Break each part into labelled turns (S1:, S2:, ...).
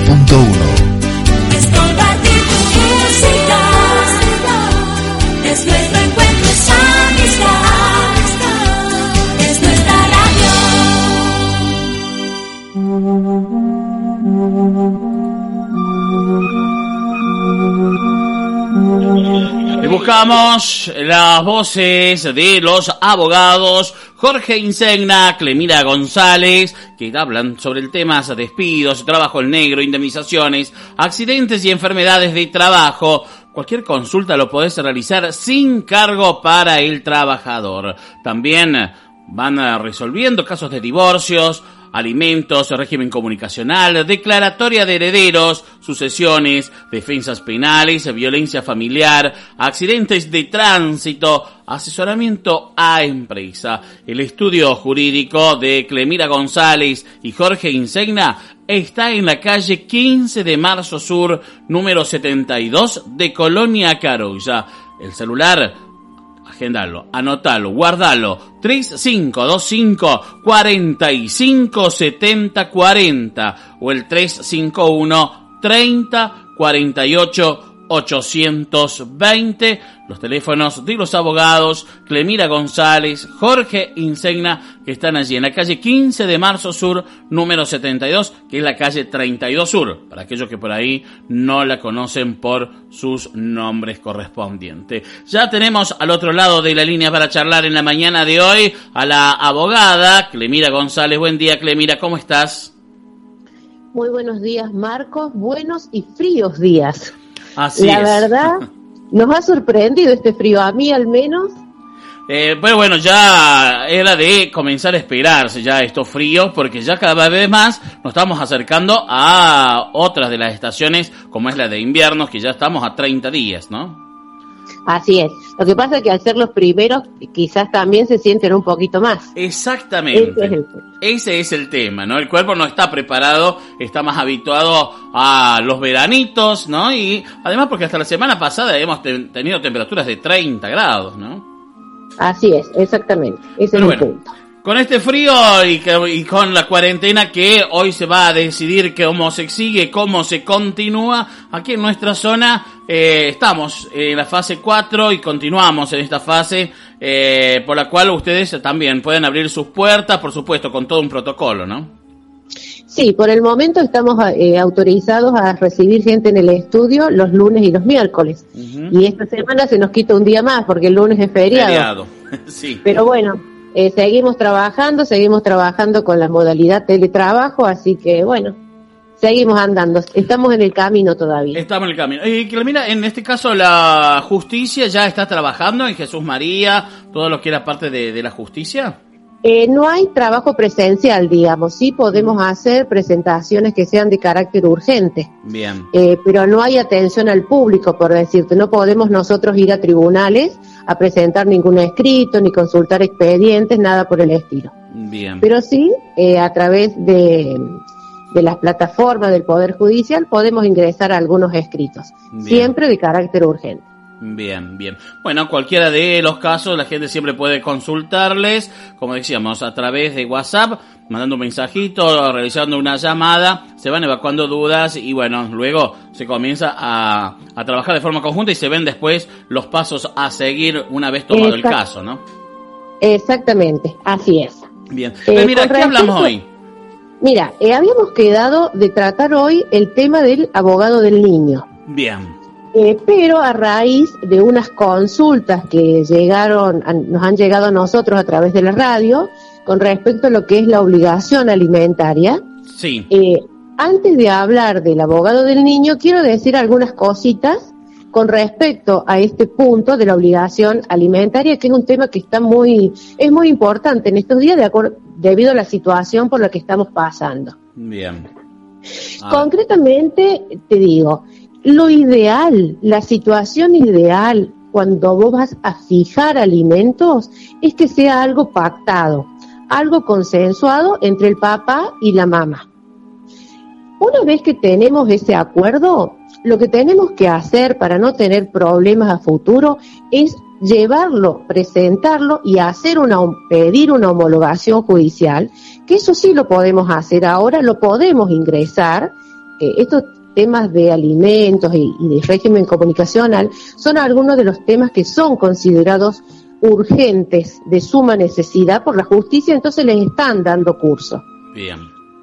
S1: Es compartir música, es nuestro encuentro, es amistad, es nuestra
S2: Y buscamos las voces de los abogados Jorge Insegna, Clemira González, que hablan sobre el tema de despidos, trabajo en negro, indemnizaciones, accidentes y enfermedades de trabajo. Cualquier consulta lo podés realizar sin cargo para el trabajador. También van resolviendo casos de divorcios, alimentos, régimen comunicacional, declaratoria de herederos, sucesiones, defensas penales, violencia familiar, accidentes de tránsito, asesoramiento a empresa. El estudio jurídico de Clemira González y Jorge Insegna está en la calle 15 de Marzo Sur, número 72 de Colonia Carolla. El celular, agendalo, anotalo, guardalo, 3525 45 70 40 o el 351 30 48 820, los teléfonos de los abogados Clemira González, Jorge Insegna, que están allí en la calle 15 de Marzo Sur, número 72, que es la calle 32 Sur, para aquellos que por ahí no la conocen por sus nombres correspondientes. Ya tenemos al otro lado de la línea para charlar en la mañana de hoy a la abogada Clemira González. Buen día, Clemira, ¿cómo estás?
S3: Muy buenos días, Marcos. Buenos y fríos días.
S2: Así
S3: la
S2: es.
S3: verdad, nos ha sorprendido este frío, a mí al menos.
S2: Bueno, ya era de comenzar a esperarse ya estos fríos, porque ya cada vez más nos estamos acercando a otras de las estaciones, como es la de invierno, que ya estamos a 30 días, ¿no?
S3: Así es. Lo que pasa es que al ser los primeros, quizás también se sienten un poquito más.
S2: Exactamente. Ese es el tema, ¿no? El cuerpo no está preparado, está más habituado a los veranitos, ¿no? Y además porque hasta la semana pasada hemos tenido temperaturas de 30 grados, ¿no?
S3: Así es, exactamente. Ese es el punto.
S2: Con este frío y con la cuarentena que hoy se va a decidir cómo se sigue, cómo se continúa, aquí en nuestra zona estamos en la fase 4 y continuamos en esta fase, por la cual ustedes también pueden abrir sus puertas, por supuesto, con todo un protocolo, ¿no?
S3: Sí, por el momento estamos autorizados a recibir gente en el estudio los lunes y los miércoles. Uh-huh. Y esta semana se nos quita un día más porque el lunes es feriado.
S2: Sí.
S3: Pero bueno, seguimos trabajando con la modalidad teletrabajo, así que bueno, seguimos andando, estamos en el camino todavía.
S2: Estamos en el camino. Mira, en este caso la justicia ya está trabajando en Jesús María, todo lo que era parte de la justicia.
S3: No hay trabajo presencial, digamos, sí podemos hacer presentaciones que sean de carácter urgente.
S2: Bien.
S3: Pero no hay atención al público, por decirte, no podemos nosotros ir a tribunales a presentar ningún escrito, ni consultar expedientes, nada por el estilo.
S2: Bien.
S3: Pero sí, a través de las plataformas del Poder Judicial podemos ingresar a algunos escritos, bien, siempre de carácter urgente.
S2: Bien, bien. Bueno, cualquiera de los casos, la gente siempre puede consultarles, como decíamos, a través de WhatsApp, mandando un mensajito, realizando una llamada, se van evacuando dudas y bueno, luego se comienza a trabajar de forma conjunta y se ven después los pasos a seguir una vez tomado el caso, ¿no?
S3: Exactamente, así es.
S2: Bien. Mira, ¿qué hablamos hoy?
S3: Mira, habíamos quedado de tratar hoy el tema del abogado del niño.
S2: Bien.
S3: Pero a raíz de unas consultas que nos han llegado a nosotros a través de la radio, con respecto a lo que es la obligación alimentaria.
S2: Sí.
S3: Antes de hablar del abogado del niño, quiero decir algunas cositas con respecto a este punto de la obligación alimentaria, que es un tema que es muy importante en estos días debido a la situación por la que estamos pasando.
S2: Bien.
S3: Concretamente, te digo, lo ideal, la situación ideal cuando vos vas a fijar alimentos es que sea algo pactado, algo consensuado entre el papá y la mamá. Una vez que tenemos ese acuerdo, lo que tenemos que hacer para no tener problemas a futuro es llevarlo, presentarlo y pedir una homologación judicial, que eso sí lo podemos hacer ahora, lo podemos ingresar estos temas de alimentos y de régimen comunicacional son algunos de los temas que son considerados urgentes, de suma necesidad por la justicia, entonces les están dando curso.
S2: Bien.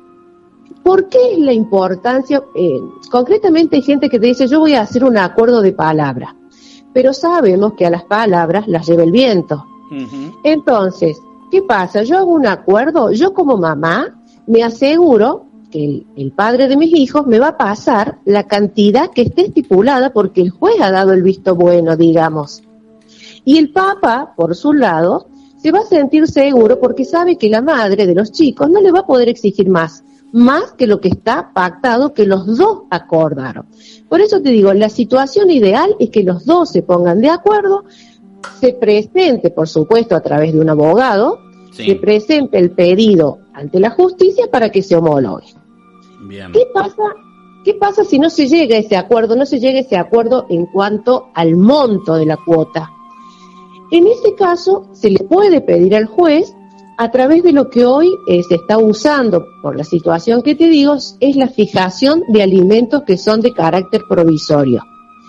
S3: ¿Por qué es la importancia? Concretamente hay gente que te dice, yo voy a hacer un acuerdo de palabra, pero sabemos que a las palabras las lleva el viento.
S2: Uh-huh.
S3: Entonces, ¿qué pasa? Yo hago un acuerdo, yo como mamá me aseguro que el padre de mis hijos me va a pasar la cantidad que esté estipulada porque el juez ha dado el visto bueno, digamos. Y el papá, por su lado, se va a sentir seguro porque sabe que la madre de los chicos no le va a poder exigir más que lo que está pactado, que los dos acordaron. Por eso te digo, la situación ideal es que los dos se pongan de acuerdo, se presente, por supuesto, a través de un abogado,
S2: sí,
S3: se presente el pedido ante la justicia para que se homologue.
S2: Bien.
S3: ¿Qué pasa si no se llega a ese acuerdo? No se llega a ese acuerdo en cuanto al monto de la cuota. En ese caso, se le puede pedir al juez, a través de lo que hoy se está usando, por la situación que te digo, es la fijación de alimentos que son de carácter provisorio,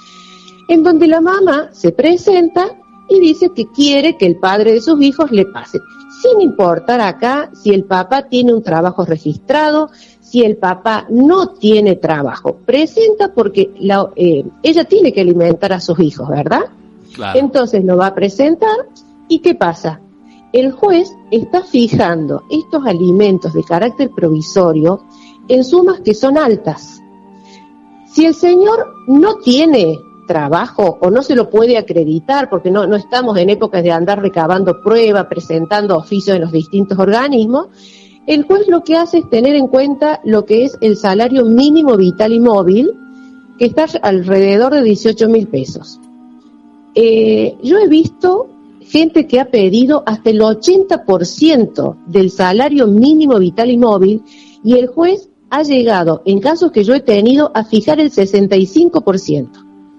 S3: en donde la mamá se presenta y dice que quiere que el padre de sus hijos le pase, sin importar acá si el papá tiene un trabajo registrado, si el papá no tiene trabajo. Presenta porque ella tiene que alimentar a sus hijos, ¿verdad?
S2: Claro.
S3: Entonces lo va a presentar y ¿qué pasa? El juez está fijando estos alimentos de carácter provisorio en sumas que son altas. Si el señor no tiene trabajo o no se lo puede acreditar, porque no estamos en épocas de andar recabando pruebas, presentando oficios en los distintos organismos, el juez lo que hace es tener en cuenta lo que es el salario mínimo vital y móvil, que está alrededor de 18.000 pesos. Yo he visto gente que ha pedido hasta el 80% del salario mínimo vital y móvil, y el juez ha llegado, en casos que yo he tenido, a fijar el 65%.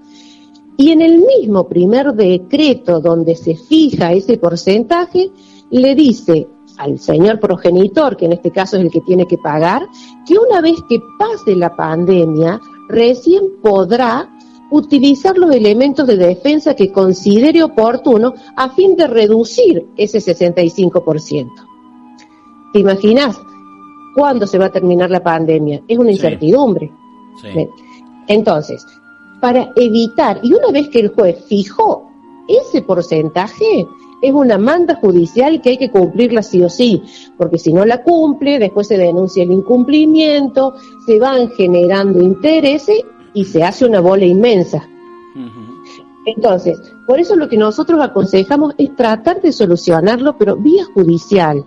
S3: Y en el mismo primer decreto donde se fija ese porcentaje, le dice al señor progenitor, que en este caso es el que tiene que pagar, que una vez que pase la pandemia, recién podrá utilizar los elementos de defensa que considere oportuno a fin de reducir ese 65%. ¿Te imaginas cuándo se va a terminar la pandemia? Es una incertidumbre.
S2: Sí.
S3: Entonces, para evitar, y una vez que el juez fijó ese porcentaje, es una manda judicial que hay que cumplirla sí o sí, porque si no la cumple, después se denuncia el incumplimiento, se van generando intereses y se hace una bola inmensa. Uh-huh. Entonces, por eso lo que nosotros aconsejamos es tratar de solucionarlo, pero vía judicial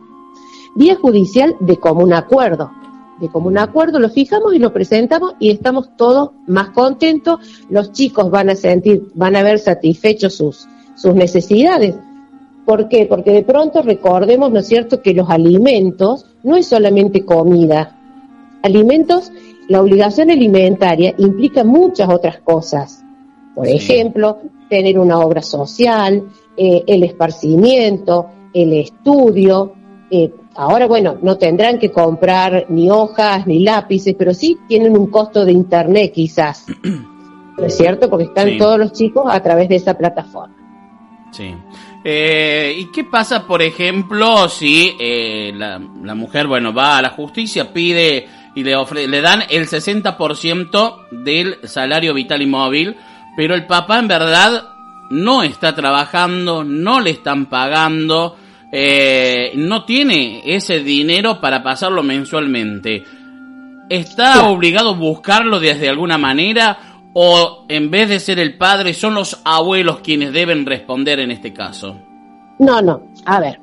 S3: de común acuerdo. De común acuerdo lo fijamos y lo presentamos y estamos todos más contentos, los chicos van a ver satisfechos sus necesidades. ¿Por qué? Porque de pronto recordemos, ¿no es cierto?, que los alimentos no es solamente comida. Alimentos, la obligación alimentaria implica muchas otras cosas. Por ejemplo, tener una obra social, el esparcimiento, el estudio. Ahora, bueno, no tendrán que comprar ni hojas ni lápices, pero sí tienen un costo de internet quizás. ¿No es cierto? Porque están todos los chicos a través de esa plataforma.
S2: Sí. ¿Y qué pasa, por ejemplo, si la mujer, bueno, va a la justicia, pide y le dan el 60% del salario vital y móvil, pero el papá en verdad no está trabajando, no le están pagando, no tiene ese dinero para pasarlo mensualmente? ¿Está obligado a buscarlo desde alguna manera? ¿O en vez de ser el padre, son los abuelos quienes deben responder en este caso?
S3: No. A ver,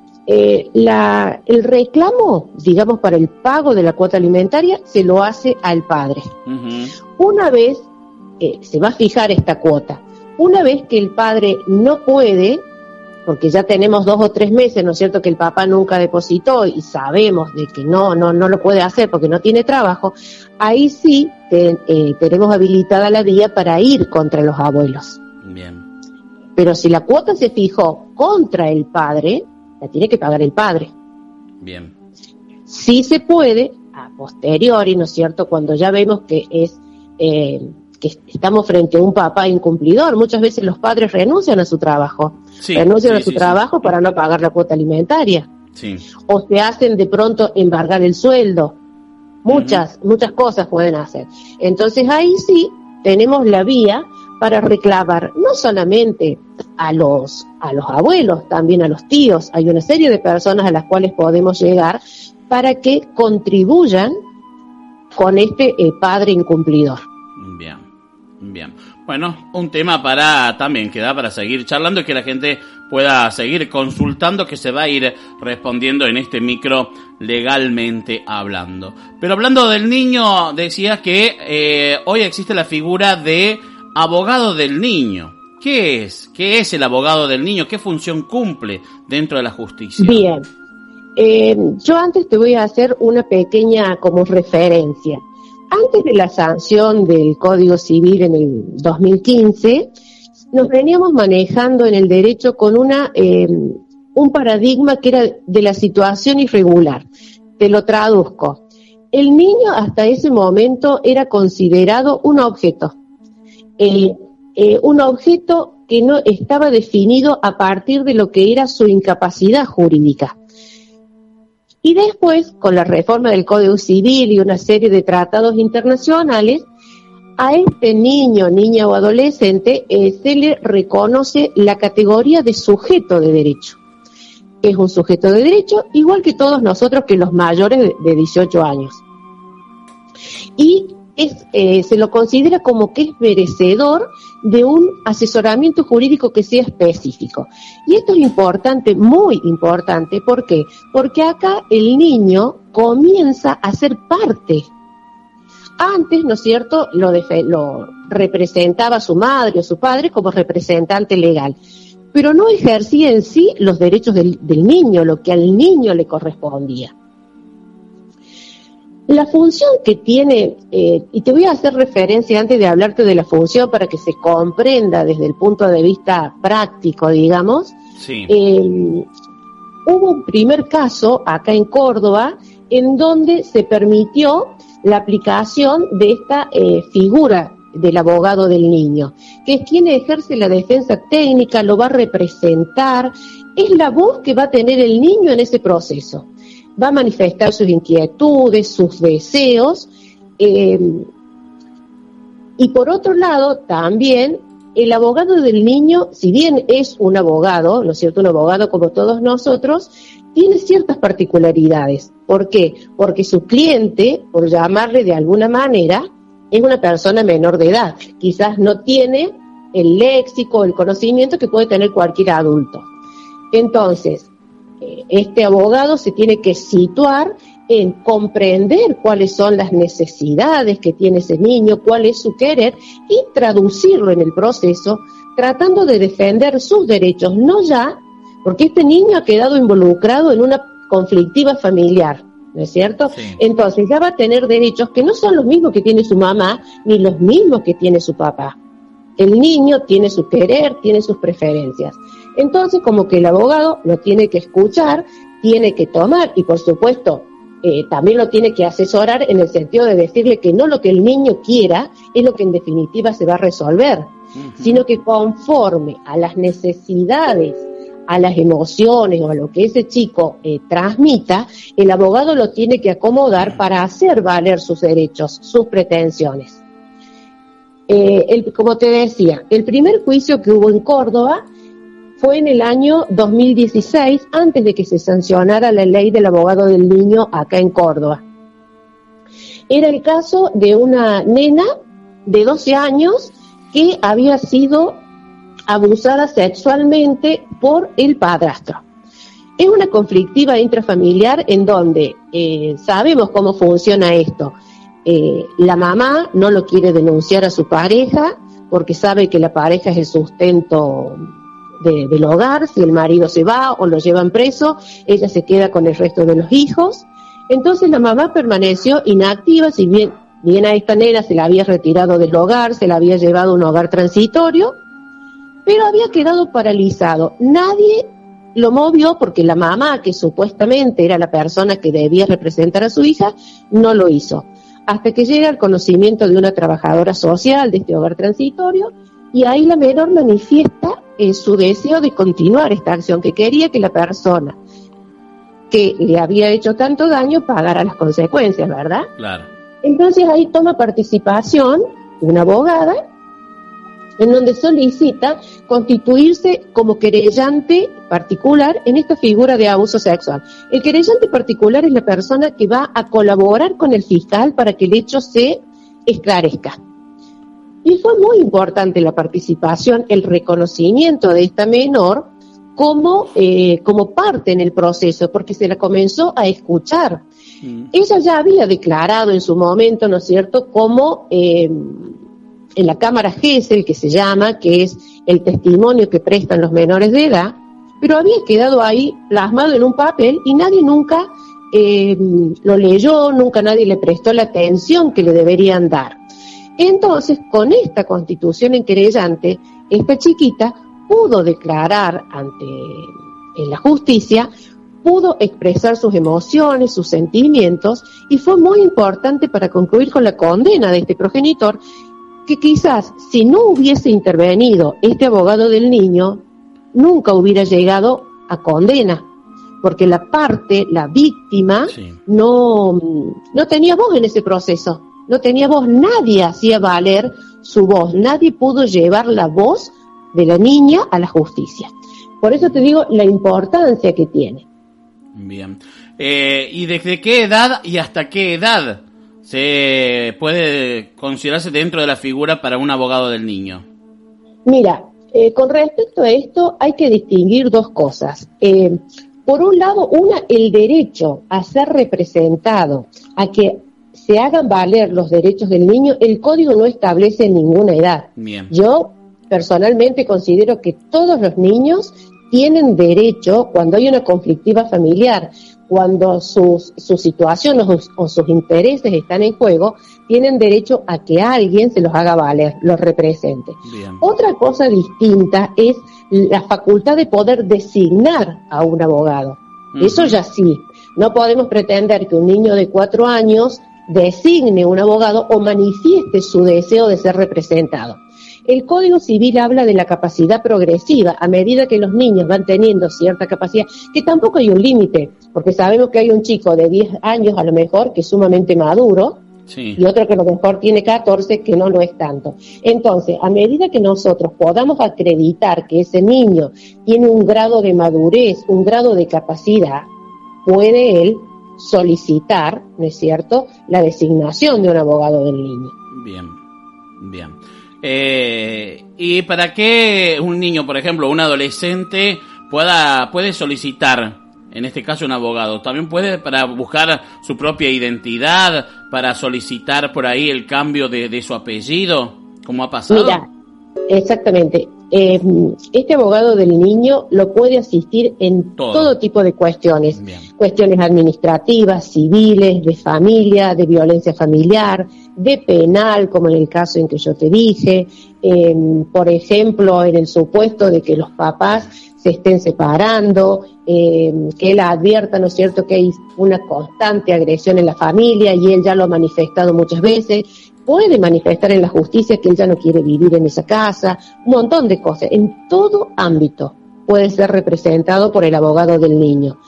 S3: el reclamo, digamos, para el pago de la cuota alimentaria se lo hace al padre. Uh-huh. Una vez se va a fijar esta cuota. Una vez que el padre no puede, porque ya tenemos 2 o 3 meses, ¿no es cierto?, que el papá nunca depositó y sabemos de que no lo puede hacer porque no tiene trabajo, ahí sí tenemos habilitada la vía para ir contra los abuelos.
S2: Bien.
S3: Pero si la cuota se fijó contra el padre, la tiene que pagar el padre.
S2: Bien.
S3: Sí se puede posteriori, ¿no es cierto?, cuando ya vemos que que estamos frente a un papá incumplidor. Muchas veces los padres renuncian a su trabajo, trabajo para no pagar la cuota alimentaria, o se hacen de pronto embargar el sueldo. Muchas cosas pueden hacer. Entonces ahí sí tenemos la vía para reclamar no solamente a los abuelos, también a los tíos. Hay una serie de personas a las cuales podemos llegar para que contribuyan con este padre incumplidor.
S2: Bien. Bueno, un tema también que da para seguir charlando y que la gente pueda seguir consultando, que se va a ir respondiendo en este micro legalmente hablando. Pero hablando del niño, decía que hoy existe la figura de abogado del niño. ¿Qué es? ¿Qué es el abogado del niño? ¿Qué función cumple dentro de la justicia?
S3: Bien. Yo antes te voy a hacer una pequeña como referencia. Antes de la sanción del Código Civil en el 2015, nos veníamos manejando en el derecho con un paradigma que era de la situación irregular. Te lo traduzco. El niño hasta ese momento era considerado un objeto. Un objeto que no estaba definido a partir de lo que era su incapacidad jurídica. Y después, con la reforma del Código Civil y una serie de tratados internacionales, a este niño, niña o adolescente se le reconoce la categoría de sujeto de derecho. Es un sujeto de derecho igual que todos nosotros, que los mayores de 18 años. Y se lo considera como que es merecedor de un asesoramiento jurídico que sea específico. Y esto es importante, muy importante. ¿Por qué? Porque acá el niño comienza a ser parte. Antes, ¿no es cierto?, lo representaba su madre o su padre como representante legal, pero no ejercía en sí los derechos del niño, lo que al niño le correspondía. La función que tiene, y te voy a hacer referencia antes de hablarte de la función para que se comprenda desde el punto de vista práctico, digamos.
S2: Sí.
S3: Hubo un primer caso acá en Córdoba en donde se permitió la aplicación de esta figura del abogado del niño, que es quien ejerce la defensa técnica, lo va a representar, es la voz que va a tener el niño en ese proceso. Va a manifestar sus inquietudes, sus deseos, y por otro lado también el abogado del niño, si bien es un abogado, ¿no es cierto?, un abogado como todos nosotros, tiene ciertas particularidades. ¿Por qué? Porque su cliente, por llamarle de alguna manera, es una persona menor de edad, quizás no tiene el léxico, el conocimiento que puede tener cualquier adulto. Entonces, este abogado se tiene que situar en comprender cuáles son las necesidades que tiene ese niño, cuál es su querer, y traducirlo en el proceso, tratando de defender sus derechos, no ya, porque este niño ha quedado involucrado en una conflictiva familiar, ¿no es cierto? Sí. Entonces ya va a tener derechos que no son los mismos que tiene su mamá, ni los mismos que tiene su papá. El niño tiene su querer, tiene sus preferencias. Entonces, como que el abogado lo tiene que escuchar, tiene que tomar, y por supuesto, también lo tiene que asesorar en el sentido de decirle que no lo que el niño quiera es lo que en definitiva se va a resolver, sino que conforme a las necesidades, a las emociones o a lo que ese chico transmita, el abogado lo tiene que acomodar para hacer valer sus derechos, sus pretensiones. Como te decía, el primer juicio que hubo en Córdoba fue en el año 2016, antes de que se sancionara la ley del abogado del niño acá en Córdoba. Era el caso de una nena de 12 años que había sido abusada sexualmente por el padrastro. Es una conflictiva intrafamiliar en donde sabemos cómo funciona esto. La mamá no lo quiere denunciar a su pareja porque sabe que la pareja es el sustento del hogar. Si el marido se va o lo llevan preso, ella se queda con el resto de los hijos. Entonces la mamá permaneció inactiva, si bien a esta nena se la había retirado del hogar, se la había llevado a un hogar transitorio, pero había quedado paralizado. Nadie lo movió porque la mamá, que supuestamente era la persona que debía representar a su hija, no lo hizo. Hasta que llega al conocimiento de una trabajadora social de este hogar transitorio, y ahí la menor manifiesta su deseo de continuar esta acción, que quería que la persona que le había hecho tanto daño pagara las consecuencias, ¿verdad?
S2: Claro.
S3: Entonces ahí toma participación una abogada, en donde solicita constituirse como querellante particular en esta figura de abuso sexual. El querellante particular es la persona que va a colaborar con el fiscal para que el hecho se esclarezca. Y fue muy importante la participación, el reconocimiento de esta menor como parte en el proceso, porque se la comenzó a escuchar. Ella ya había declarado en su momento, ¿no es cierto?, como en la cámara Gesell, que se llama, que es el testimonio que prestan los menores de edad, pero había quedado ahí plasmado en un papel y nadie nunca lo leyó, nunca nadie le prestó la atención que le deberían dar. Entonces, con esta constitución en querellante, esta chiquita pudo declarar en la justicia, pudo expresar sus emociones, sus sentimientos, y fue muy importante para concluir con la condena de este progenitor, que quizás si no hubiese intervenido este abogado del niño, nunca hubiera llegado a condena, porque la víctima, sí, no tenía voz en ese proceso, no tenía voz, nadie hacía valer su voz, nadie pudo llevar la voz de la niña a la justicia. Por eso te digo la importancia que tiene.
S2: Bien. ¿Y desde qué edad y hasta qué edad se puede considerarse dentro de la figura para un abogado del niño?
S3: Mira, con respecto a esto hay que distinguir dos cosas. Por un lado, el derecho a ser representado, a que se hagan valer los derechos del niño, el código no establece ninguna edad.
S2: Bien.
S3: Yo personalmente considero que todos los niños tienen derecho, cuando hay una conflictiva familiar, cuando su situación o sus intereses están en juego, tienen derecho a que alguien se los haga valer, los represente.
S2: Bien.
S3: Otra cosa distinta es la facultad de poder designar a un abogado. Uh-huh. Eso ya sí, no podemos pretender que un niño de 4 años designe un abogado o manifieste su deseo de ser representado. El Código Civil habla de la capacidad progresiva, a medida que los niños van teniendo cierta capacidad, que tampoco hay un límite, porque sabemos que hay un chico de 10 años a lo mejor que es sumamente maduro, sí, y otro que a lo mejor tiene 14 que no lo es tanto. Entonces, a medida que nosotros podamos acreditar que ese niño tiene un grado de madurez, un grado de capacidad, puede él solicitar, ¿no es cierto?, la designación de un abogado del niño.
S2: Bien, bien. ¿Y para qué un niño, por ejemplo, un adolescente puede solicitar, en este caso, un abogado? ¿También puede para buscar su propia identidad, para solicitar por ahí el cambio de su apellido, como ha pasado?
S3: Mira, exactamente. Este abogado del niño lo puede asistir en todo tipo de cuestiones. Bien. Cuestiones administrativas, civiles, de familia, de violencia familiar, de penal, como en el caso en que yo te dije, por ejemplo, en el supuesto de que los papás se estén separando, que él advierta, ¿no es cierto?, que hay una constante agresión en la familia y él ya lo ha manifestado muchas veces. Puede manifestar en la justicia que él ya no quiere vivir en esa casa, un montón de cosas. En todo ámbito puede ser representado por el abogado del niño.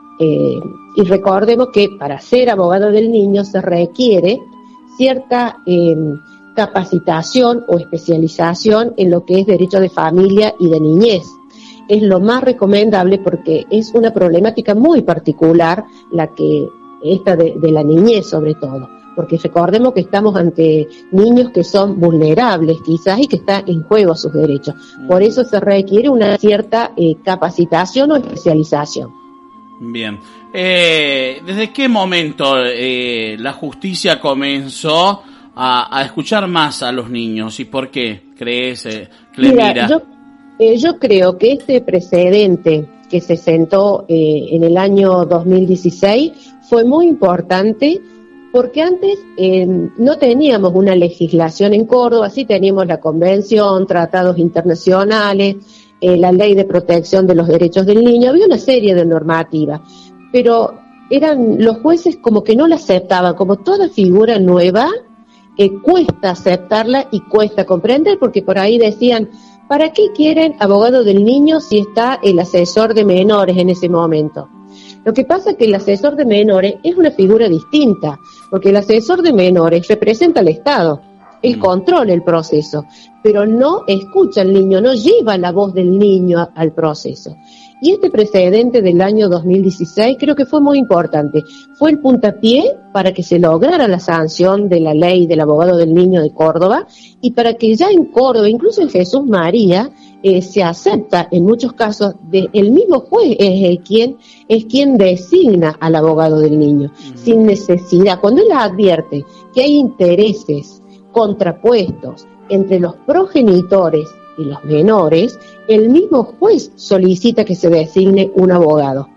S3: Y recordemos que para ser abogado del niño se requiere cierta capacitación o especialización en lo que es derecho de familia y de niñez. Es lo más recomendable porque es una problemática muy particular esta de la niñez sobre todo. Porque recordemos que estamos ante niños que son vulnerables quizás y que están en juego sus derechos. Por eso se requiere una cierta capacitación o especialización.
S2: Bien. ¿Desde qué momento la justicia comenzó a escuchar más a los niños y por qué crees, Clemira?
S3: Mira, yo creo que este precedente que se sentó en el año 2016 fue muy importante. Porque antes no teníamos una legislación en Córdoba, sí teníamos la convención, tratados internacionales, la Ley de Protección de los Derechos del Niño, había una serie de normativas, pero los jueces como que no la aceptaban, como toda figura nueva, cuesta aceptarla y cuesta comprender, porque por ahí decían, ¿para qué quieren abogado del niño si está el asesor de menores en ese momento? Lo que pasa es que el asesor de menores es una figura distinta, porque el asesor de menores representa al Estado, él controla el proceso, pero no escucha al niño, no lleva la voz del niño al proceso. Y este precedente del año 2016 creo que fue muy importante. Fue el puntapié para que se lograra la sanción de la ley del abogado del niño de Córdoba y para que ya en Córdoba, incluso en Jesús María, se acepta en muchos casos el mismo juez es quien designa al abogado del niño, sin necesidad. Cuando él advierte que hay intereses contrapuestos entre los progenitores y los menores, el mismo juez solicita que se designe un abogado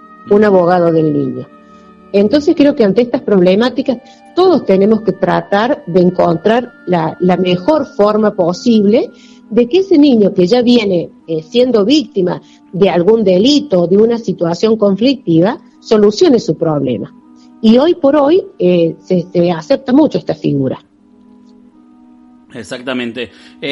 S3: del niño. Entonces creo que ante estas problemáticas todos tenemos que tratar de encontrar la mejor forma posible de que ese niño que ya viene siendo víctima de algún delito, de una situación conflictiva, solucione su problema. Y hoy por hoy se acepta mucho esta figura.
S2: Exactamente.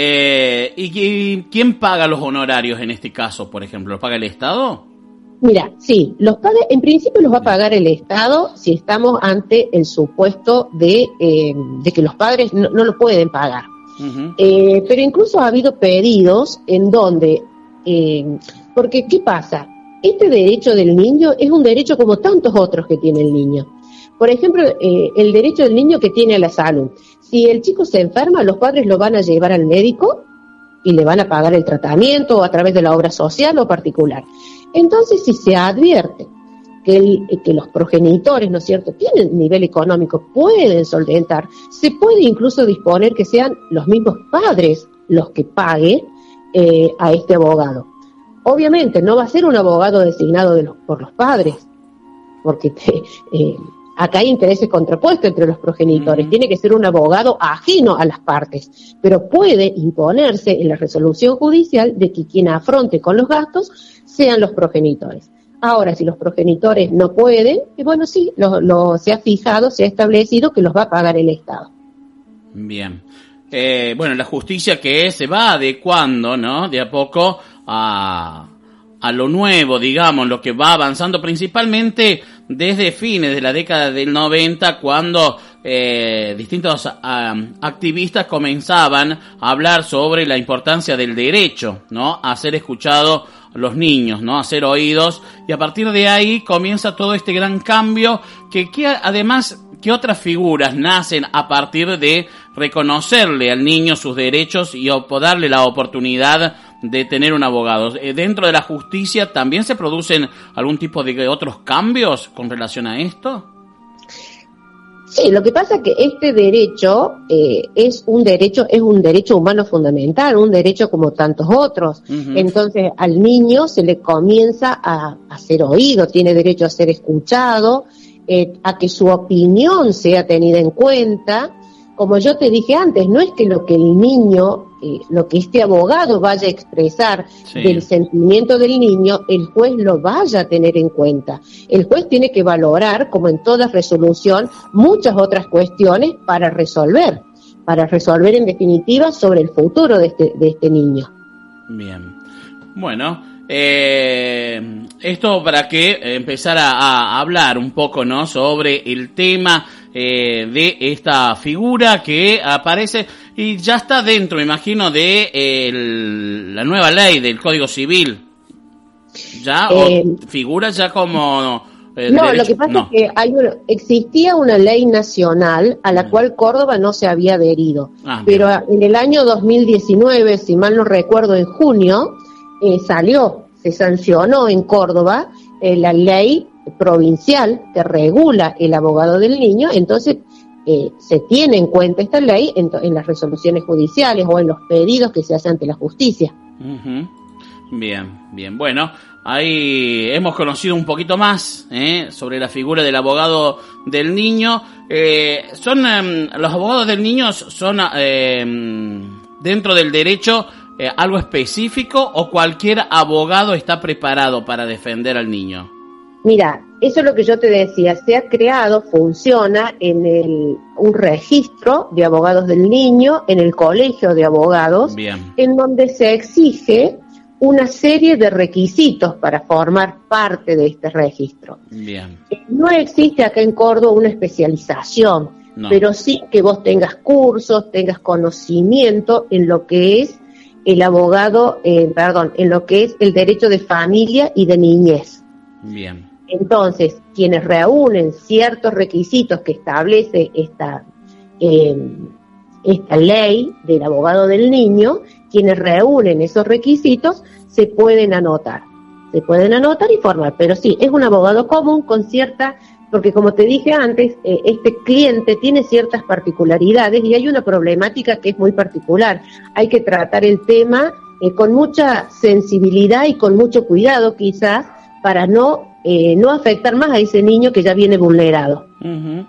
S2: ¿Y quién paga los honorarios en este caso, por ejemplo? ¿Los paga el Estado?
S3: Mira, sí, en principio los va a pagar el Estado si estamos ante el supuesto de que los padres no lo pueden pagar. Uh-huh. Pero incluso ha habido pedidos en donde, porque ¿qué pasa? Este derecho del niño es un derecho como tantos otros que tiene el niño. Por ejemplo, el derecho del niño que tiene a la salud. Si el chico se enferma, los padres lo van a llevar al médico y le van a pagar el tratamiento o a través de la obra social o particular. Entonces, si se advierte que los progenitores, ¿no es cierto?, tienen nivel económico, pueden solventar, se puede incluso disponer que sean los mismos padres los que paguen a este abogado. Obviamente, no va a ser un abogado designado por los padres, porque acá hay intereses contrapuestos entre los progenitores. Tiene que ser un abogado ajeno a las partes, pero puede imponerse en la resolución judicial de que quien afronte con los gastos sean los progenitores. Ahora, si los progenitores no pueden, bueno, sí, se ha fijado, se ha establecido que los va a pagar el Estado.
S2: Bien. Bueno, la justicia que se va adecuando, ¿no?, de a poco a lo nuevo, digamos, lo que va avanzando principalmente desde fines de la década del 90, cuando distintos activistas comenzaban a hablar sobre la importancia del derecho, ¿no?, a ser escuchado los niños, ¿no?, a ser oídos, y a partir de ahí comienza todo este gran cambio que además que otras figuras nacen a partir de reconocerle al niño sus derechos y darle la oportunidad de tener un abogado. ¿Dentro de la justicia también se producen algún tipo de otros cambios con relación a esto?
S3: Sí, lo que pasa es que este derecho es un derecho humano fundamental, un derecho como tantos otros. Uh-huh. Entonces, al niño se le comienza a ser oído, tiene derecho a ser escuchado, a que su opinión sea tenida en cuenta. Como yo te dije antes, no es que lo que el niño, lo que este abogado vaya a expresar del sentimiento del niño, el juez lo vaya a tener en cuenta. El juez tiene que valorar, como en toda resolución, muchas otras cuestiones para resolver en definitiva sobre el futuro de este niño.
S2: Bien. Bueno, esto para que empezar a hablar un poco, ¿no?, sobre el tema de esta figura que aparece y ya está dentro, me imagino, de la nueva ley del Código Civil. ¿Ya? ¿O figura ya como
S3: no, derecho? Lo que pasa es que existía una ley nacional a la cual Córdoba no se había adherido. Pero en el año 2019, si mal no recuerdo, en junio, se sancionó en Córdoba la ley provincial que regula el abogado del niño. Entonces se tiene en cuenta esta ley en las resoluciones judiciales o en los pedidos que se hacen ante la justicia.
S2: Uh-huh. Bien, bueno, ahí hemos conocido un poquito más sobre la figura del abogado del niño. Los abogados del niño son dentro del derecho algo específico o cualquier abogado está preparado para defender al niño?
S3: Mira, eso es lo que yo te decía, se ha creado, funciona un registro de abogados del niño en el colegio de abogados,
S2: Bien.
S3: en donde se exige una serie de requisitos para formar parte de este registro.
S2: Bien.
S3: No existe acá en Córdoba una especialización,
S2: No.
S3: pero sí que vos tengas cursos, tengas conocimiento en lo que es el abogado, en lo que es el derecho de familia y de niñez.
S2: Bien.
S3: Entonces, quienes reúnen ciertos requisitos que establece esta ley del abogado del niño, quienes reúnen esos requisitos se pueden anotar y formar, pero sí, es un abogado común con porque como te dije antes, este cliente tiene ciertas particularidades y hay una problemática que es muy particular. Hay que tratar el tema con mucha sensibilidad y con mucho cuidado quizás para no afectar más a ese niño que ya viene vulnerado.
S2: Uh-huh.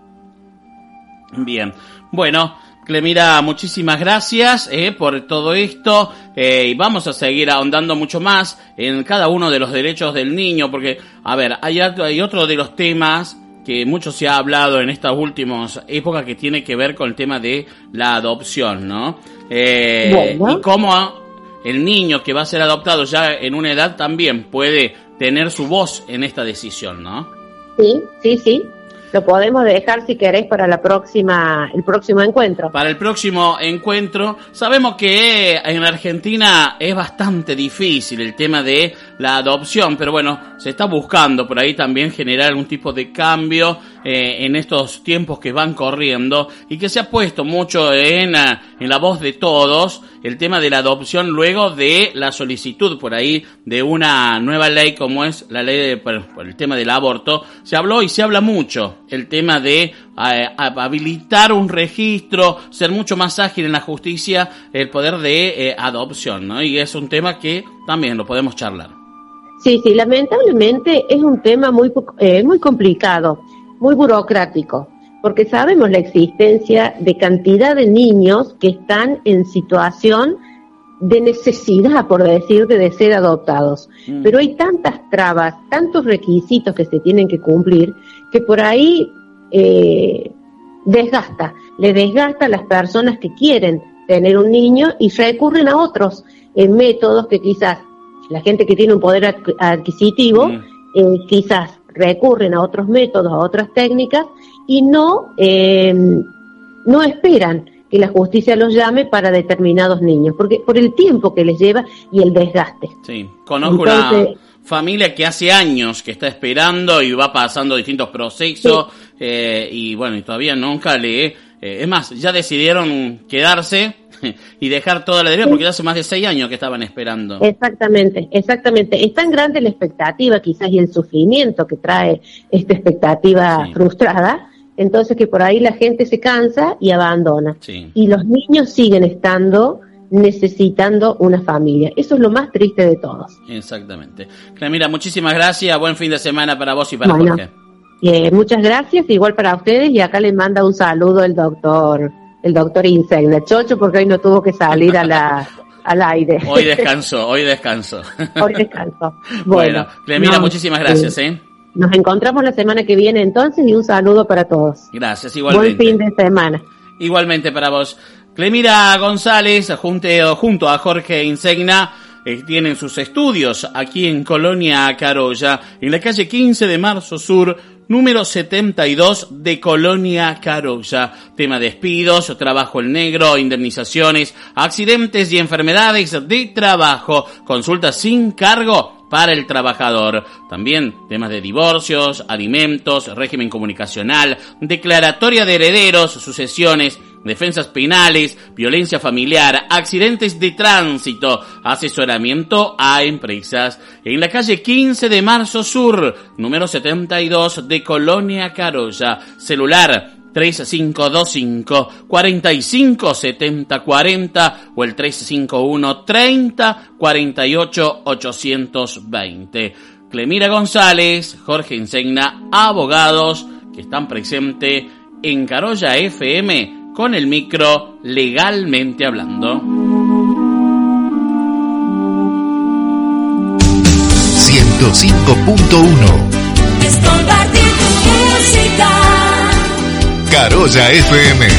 S2: Bien, bueno, Clemira, muchísimas gracias por todo esto y vamos a seguir ahondando mucho más en cada uno de los derechos del niño, porque, a ver, hay otro de los temas que mucho se ha hablado en estas últimas épocas que tiene que ver con el tema de la adopción, ¿no?
S3: Bueno.
S2: Y cómo el niño que va a ser adoptado ya en una edad también puede tener su voz en esta decisión, ¿no?
S3: Sí. Lo podemos dejar, si querés, para el próximo encuentro.
S2: Para el próximo encuentro. Sabemos que en Argentina es bastante difícil el tema de la adopción, pero bueno, se está buscando por ahí también generar algún tipo de cambio en estos tiempos que van corriendo y que se ha puesto mucho en la voz de todos el tema de la adopción luego de la solicitud por ahí de una nueva ley como es la ley por el tema del aborto. Se habló y se habla mucho el tema de habilitar un registro, ser mucho más ágil en la justicia, el poder de adopción, ¿no? Y es un tema que también lo podemos charlar.
S3: Sí, lamentablemente es un tema muy complicado, muy burocrático, porque sabemos la existencia de cantidad de niños que están en situación de necesidad, por decirte, de ser adoptados. Pero hay tantas trabas, tantos requisitos que se tienen que cumplir, que por ahí le desgasta a las personas que quieren tener un niño y recurren a otros métodos que quizás la gente que tiene un poder adquisitivo quizás recurren a otros métodos, a otras técnicas y no esperan que la justicia los llame para determinados niños, porque por el tiempo que les lleva y el desgaste.
S2: Sí, conozco una familia que hace años que está esperando y va pasando distintos procesos, sí. Y bueno, y todavía nunca es más, ya decidieron quedarse y dejar toda la deriva porque ya hace más de 6 años que estaban esperando. Exactamente.
S3: Es tan grande la expectativa quizás y el sufrimiento que trae esta expectativa frustrada, entonces que por ahí la gente se cansa y abandona. Sí. Y los niños siguen necesitando una familia. Eso es lo más triste de todos.
S2: Exactamente. Clemira, muchísimas gracias. Buen fin de semana para vos y para Jorge.
S3: Muchas gracias, igual para ustedes, y acá les manda un saludo el doctor Insegna, Chocho, porque hoy no tuvo que salir al aire.
S2: Hoy descansó. Bueno, Clemira, muchísimas gracias.
S3: Nos encontramos la semana que viene entonces y un saludo para todos.
S2: Gracias, igualmente.
S3: Buen fin de semana.
S2: Igualmente para vos. Clemira González, junto a Jorge Insegna, tienen sus estudios aquí en Colonia Carolla, en la calle 15 de Marzo Sur, número 72 de Colonia Carolla. Tema despidos, trabajo en negro, indemnizaciones, accidentes y enfermedades de trabajo. Consulta sin cargo para el trabajador. También temas de divorcios, alimentos, régimen comunicacional, declaratoria de herederos, sucesiones, defensas penales, violencia familiar, accidentes de tránsito, asesoramiento a empresas. En la calle 15 de Marzo Sur, número 72 de Colonia Carolla. Celular 3525 45 70 40 o el 351 30 48 820. Clemira González, Jorge Insegna, abogados que están presentes en Carolla FM con el micro Legalmente Hablando.
S4: 105.1.
S1: Es compartir tu música.
S4: Carolla FM.